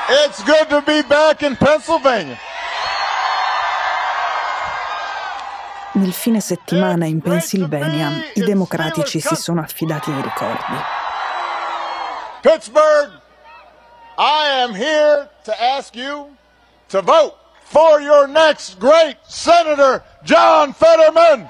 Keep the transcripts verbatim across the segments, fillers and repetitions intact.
It's good to be back in Pennsylvania. Nel fine settimana in Pennsylvania i democratici si sono affidati ai ricordi. Pittsburgh, I am here to ask you to vote for your next great Senator John Fetterman.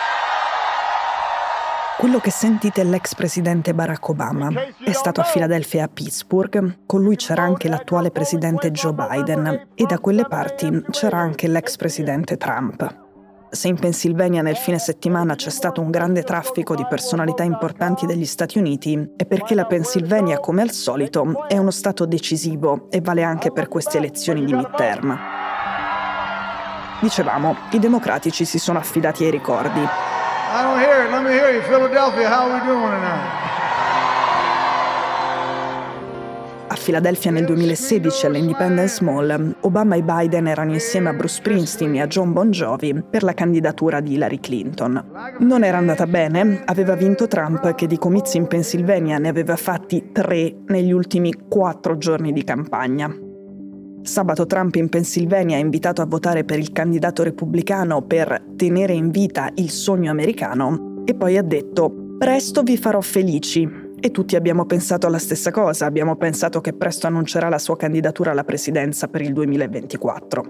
Quello che sentite è l'ex presidente Barack Obama. È stato a Filadelfia e a Pittsburgh. Con lui c'era anche l'attuale presidente Joe Biden e da quelle parti c'era anche l'ex presidente Trump. Se in Pennsylvania nel fine settimana c'è stato un grande traffico di personalità importanti degli Stati Uniti, è perché la Pennsylvania, come al solito, è uno stato decisivo e vale anche per queste elezioni di midterm. Dicevamo, i democratici si sono affidati ai ricordi. I don't hear it. Let me hear you. Philadelphia, how are we doing tonight? A Filadelfia nel duemilasedici all'Independence Mall, Obama e Biden erano insieme a Bruce Springsteen e a John Bon Jovi per la candidatura di Hillary Clinton. Non era andata bene, aveva vinto Trump che di comizi in Pennsylvania ne aveva fatti tre negli ultimi quattro giorni di campagna. Sabato Trump in Pennsylvania ha invitato a votare per il candidato repubblicano per tenere in vita il sogno americano e poi ha detto «Presto vi farò felici». E tutti abbiamo pensato alla stessa cosa, abbiamo pensato che presto annuncerà la sua candidatura alla presidenza per il duemilaventiquattro.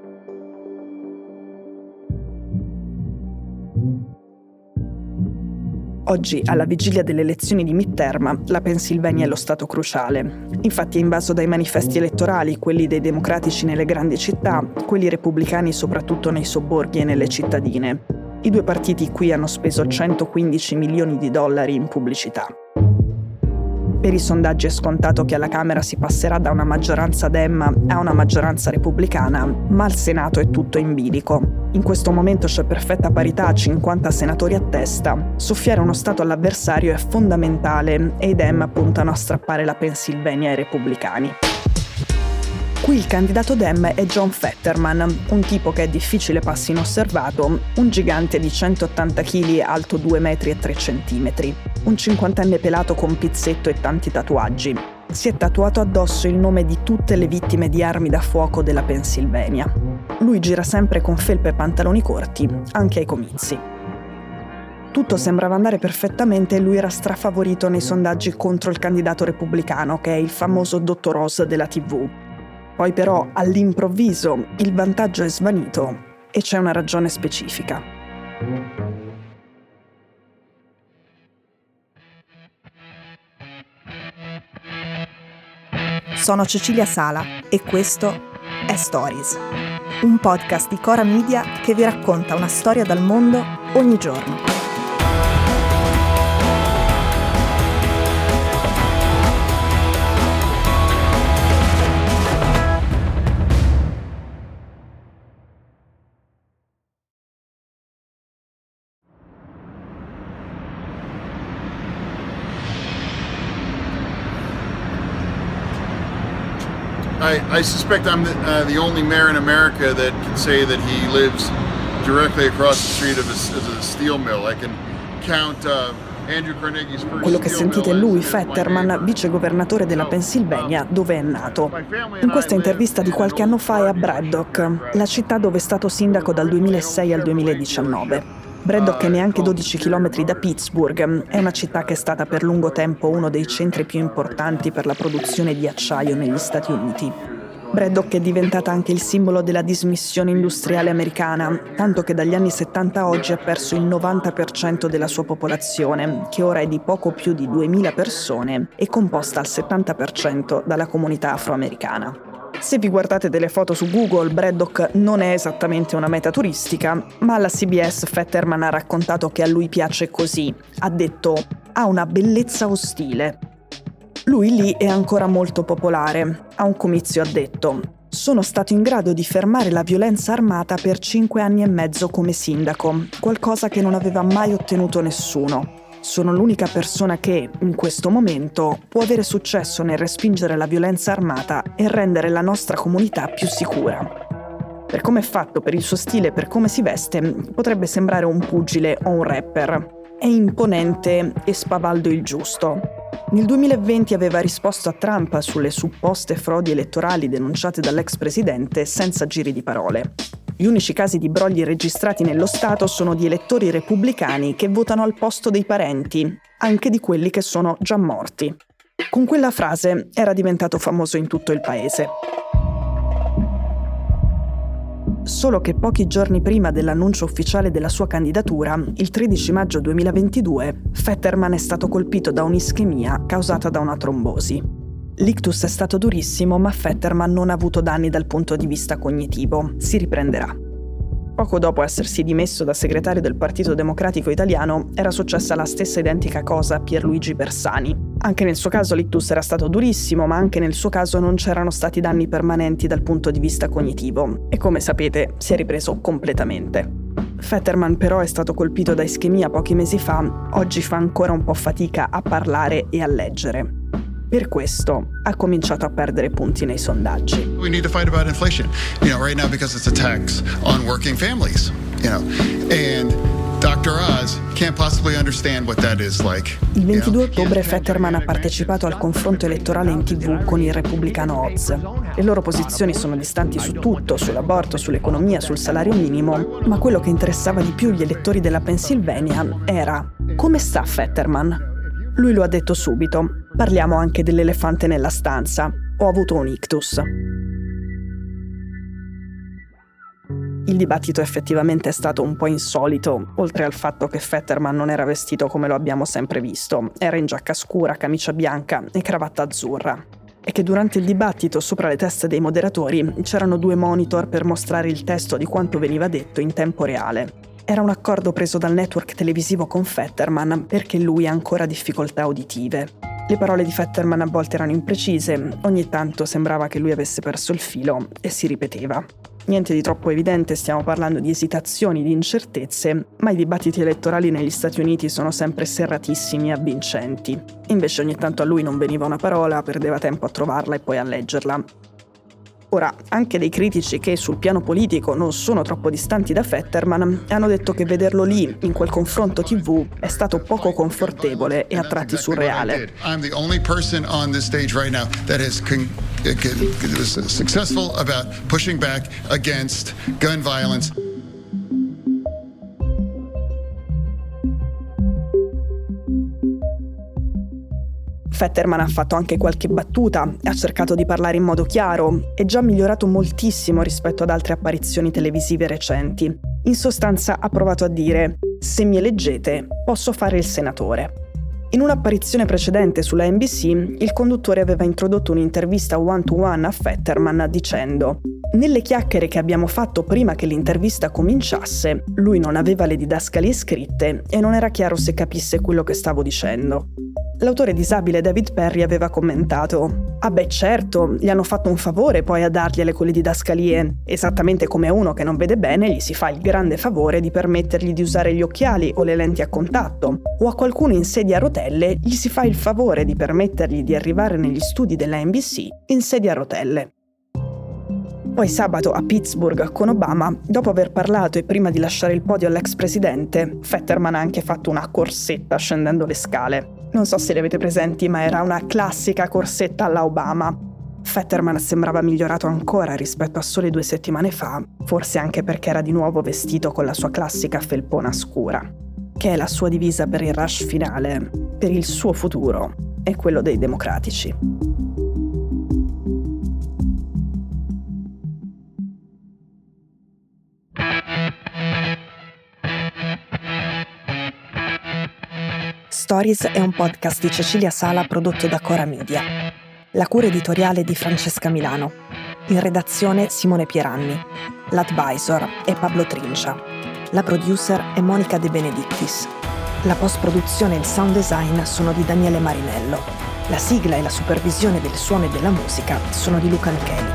Oggi, alla vigilia delle elezioni di midterm, la Pennsylvania è lo stato cruciale. Infatti è invaso dai manifesti elettorali, quelli dei democratici nelle grandi città, quelli repubblicani soprattutto nei sobborghi e nelle cittadine. I due partiti qui hanno speso centoquindici milioni di dollari in pubblicità. Per i sondaggi è scontato che alla Camera si passerà da una maggioranza Dem a una maggioranza repubblicana, ma al Senato è tutto in bilico. In questo momento c'è perfetta parità a cinquanta senatori a testa. Soffiare uno stato all'avversario è fondamentale e i Dem puntano a strappare la Pennsylvania ai repubblicani. Qui il candidato Dem è John Fetterman, un tipo che è difficile passi inosservato, un gigante di centottanta chili alto due metri e tre centimetri, un cinquantenne pelato con pizzetto e tanti tatuaggi. Si è tatuato addosso il nome di tutte le vittime di armi da fuoco della Pennsylvania. Lui gira sempre con felpe e pantaloni corti, anche ai comizi. Tutto sembrava andare perfettamente e lui era strafavorito nei sondaggi contro il candidato repubblicano, che è il famoso dottor Oz della tivù. Poi però, all'improvviso, il vantaggio è svanito e c'è una ragione specifica. Sono Cecilia Sala e questo è Stories, un podcast di Cora Media che vi racconta una storia dal mondo ogni giorno. I, I suspect I'm the, uh, the only mayor in America that can say that he lives directly across the street of a, of a steel mill. I can count uh, Andrew Carnegie's first. Quello che steel sentite è mill lui, as- as my Fetterman, neighbor. vicegovernatore della Pennsylvania, dove è nato. In questa intervista di qualche anno fa è a Braddock, la città dove è stato sindaco dal duemilasei al duemiladiciannove. Braddock è neanche dodici chilometri da Pittsburgh, è una città che è stata per lungo tempo uno dei centri più importanti per la produzione di acciaio negli Stati Uniti. Braddock è diventata anche il simbolo della dismissione industriale americana, tanto che dagli anni settanta a oggi ha perso il novanta per cento della sua popolazione, che ora è di poco più di duemila persone e composta al settanta per cento dalla comunità afroamericana. Se vi guardate delle foto su Google, Braddock non è esattamente una meta turistica, ma alla C B S Fetterman ha raccontato che a lui piace così. Ha detto, ha una bellezza ostile. Lui lì è ancora molto popolare. A un comizio ha detto, sono stato in grado di fermare la violenza armata per cinque anni e mezzo come sindaco, qualcosa che non aveva mai ottenuto nessuno. Sono l'unica persona che, in questo momento, può avere successo nel respingere la violenza armata e rendere la nostra comunità più sicura. Per come è fatto, per il suo stile, per come si veste, potrebbe sembrare un pugile o un rapper. È imponente e spavaldo il giusto. Nel duemilaventi aveva risposto a Trump sulle supposte frodi elettorali denunciate dall'ex presidente senza giri di parole. Gli unici casi di brogli registrati nello Stato sono di elettori repubblicani che votano al posto dei parenti, anche di quelli che sono già morti. Con quella frase era diventato famoso in tutto il paese. Solo che pochi giorni prima dell'annuncio ufficiale della sua candidatura, il tredici maggio duemilaventidue, Fetterman è stato colpito da un'ischemia causata da una trombosi. L'ictus è stato durissimo, ma Fetterman non ha avuto danni dal punto di vista cognitivo. Si riprenderà. Poco dopo essersi dimesso da segretario del Partito Democratico Italiano, era successa la stessa identica cosa a Pierluigi Bersani. Anche nel suo caso l'ictus era stato durissimo, ma anche nel suo caso non c'erano stati danni permanenti dal punto di vista cognitivo. E come sapete, si è ripreso completamente. Fetterman però è stato colpito da ischemia pochi mesi fa, oggi fa ancora un po' fatica a parlare e a leggere. Per questo ha cominciato a perdere punti nei sondaggi. We need to fight about inflation, you know, right now because it's a tax on working families, you know, and doctor Oz can't possibly understand what that is like. Il ventidue ottobre Fetterman ha partecipato al confronto elettorale in tivù con il repubblicano Oz. Le loro posizioni sono distanti su tutto, sull'aborto, sull'economia, sul salario minimo, ma quello che interessava di più gli elettori della Pennsylvania era: come sta Fetterman? Lui lo ha detto subito. Parliamo anche dell'elefante nella stanza. Ho avuto un ictus. Il dibattito effettivamente è stato un po' insolito, oltre al fatto che Fetterman non era vestito come lo abbiamo sempre visto. Era in giacca scura, camicia bianca e cravatta azzurra. E che durante il dibattito, sopra le teste dei moderatori, c'erano due monitor per mostrare il testo di quanto veniva detto in tempo reale. Era un accordo preso dal network televisivo con Fetterman perché lui ha ancora difficoltà uditive. Le parole di Fetterman a volte erano imprecise, ogni tanto sembrava che lui avesse perso il filo e si ripeteva. Niente di troppo evidente, stiamo parlando di esitazioni, di incertezze, ma i dibattiti elettorali negli Stati Uniti sono sempre serratissimi e avvincenti. Invece ogni tanto a lui non veniva una parola, perdeva tempo a trovarla e poi a leggerla. Ora, anche dei critici che sul piano politico non sono troppo distanti da Fetterman hanno detto che vederlo lì, in quel confronto tivù, è stato poco confortevole e a tratti surreale. I'm the only person on this stage right now that has con- was successful about pushing back against gun violence. Fetterman ha fatto anche qualche battuta, ha cercato di parlare in modo chiaro, è già migliorato moltissimo rispetto ad altre apparizioni televisive recenti. In sostanza ha provato a dire: se mi eleggete, posso fare il senatore. In un'apparizione precedente sulla N B C, il conduttore aveva introdotto un'intervista one-to-one a Fetterman dicendo: nelle chiacchiere che abbiamo fatto prima che l'intervista cominciasse, lui non aveva le didascalie scritte e non era chiaro se capisse quello che stavo dicendo. L'autore disabile David Perry aveva commentato: ah beh certo, gli hanno fatto un favore poi a dargliele quelle didascalie, esattamente come a uno che non vede bene gli si fa il grande favore di permettergli di usare gli occhiali o le lenti a contatto, o a qualcuno in sedia a rotelle gli si fa il favore di permettergli di arrivare negli studi della N B C in sedia a rotelle. Poi sabato a Pittsburgh con Obama, dopo aver parlato e prima di lasciare il podio all'ex presidente, Fetterman ha anche fatto una corsetta scendendo le scale. Non so se li avete presenti, ma era una classica corsetta alla Obama. Fetterman sembrava migliorato ancora rispetto a sole due settimane fa, forse anche perché era di nuovo vestito con la sua classica felpona scura, che è la sua divisa per il rush finale, per il suo futuro e quello dei democratici. Stories è un podcast di Cecilia Sala prodotto da Cora Media. La cura editoriale di Francesca Milano. In redazione Simone Pieranni. L'advisor è Pablo Trincia. La producer è Monica De Benedictis. La post-produzione e il sound design sono di Daniele Marinello. La sigla e la supervisione del suono e della musica sono di Luca Micheli.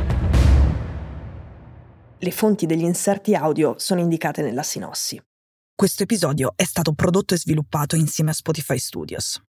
Le fonti degli inserti audio sono indicate nella sinossi. Questo episodio è stato prodotto e sviluppato insieme a Spotify Studios.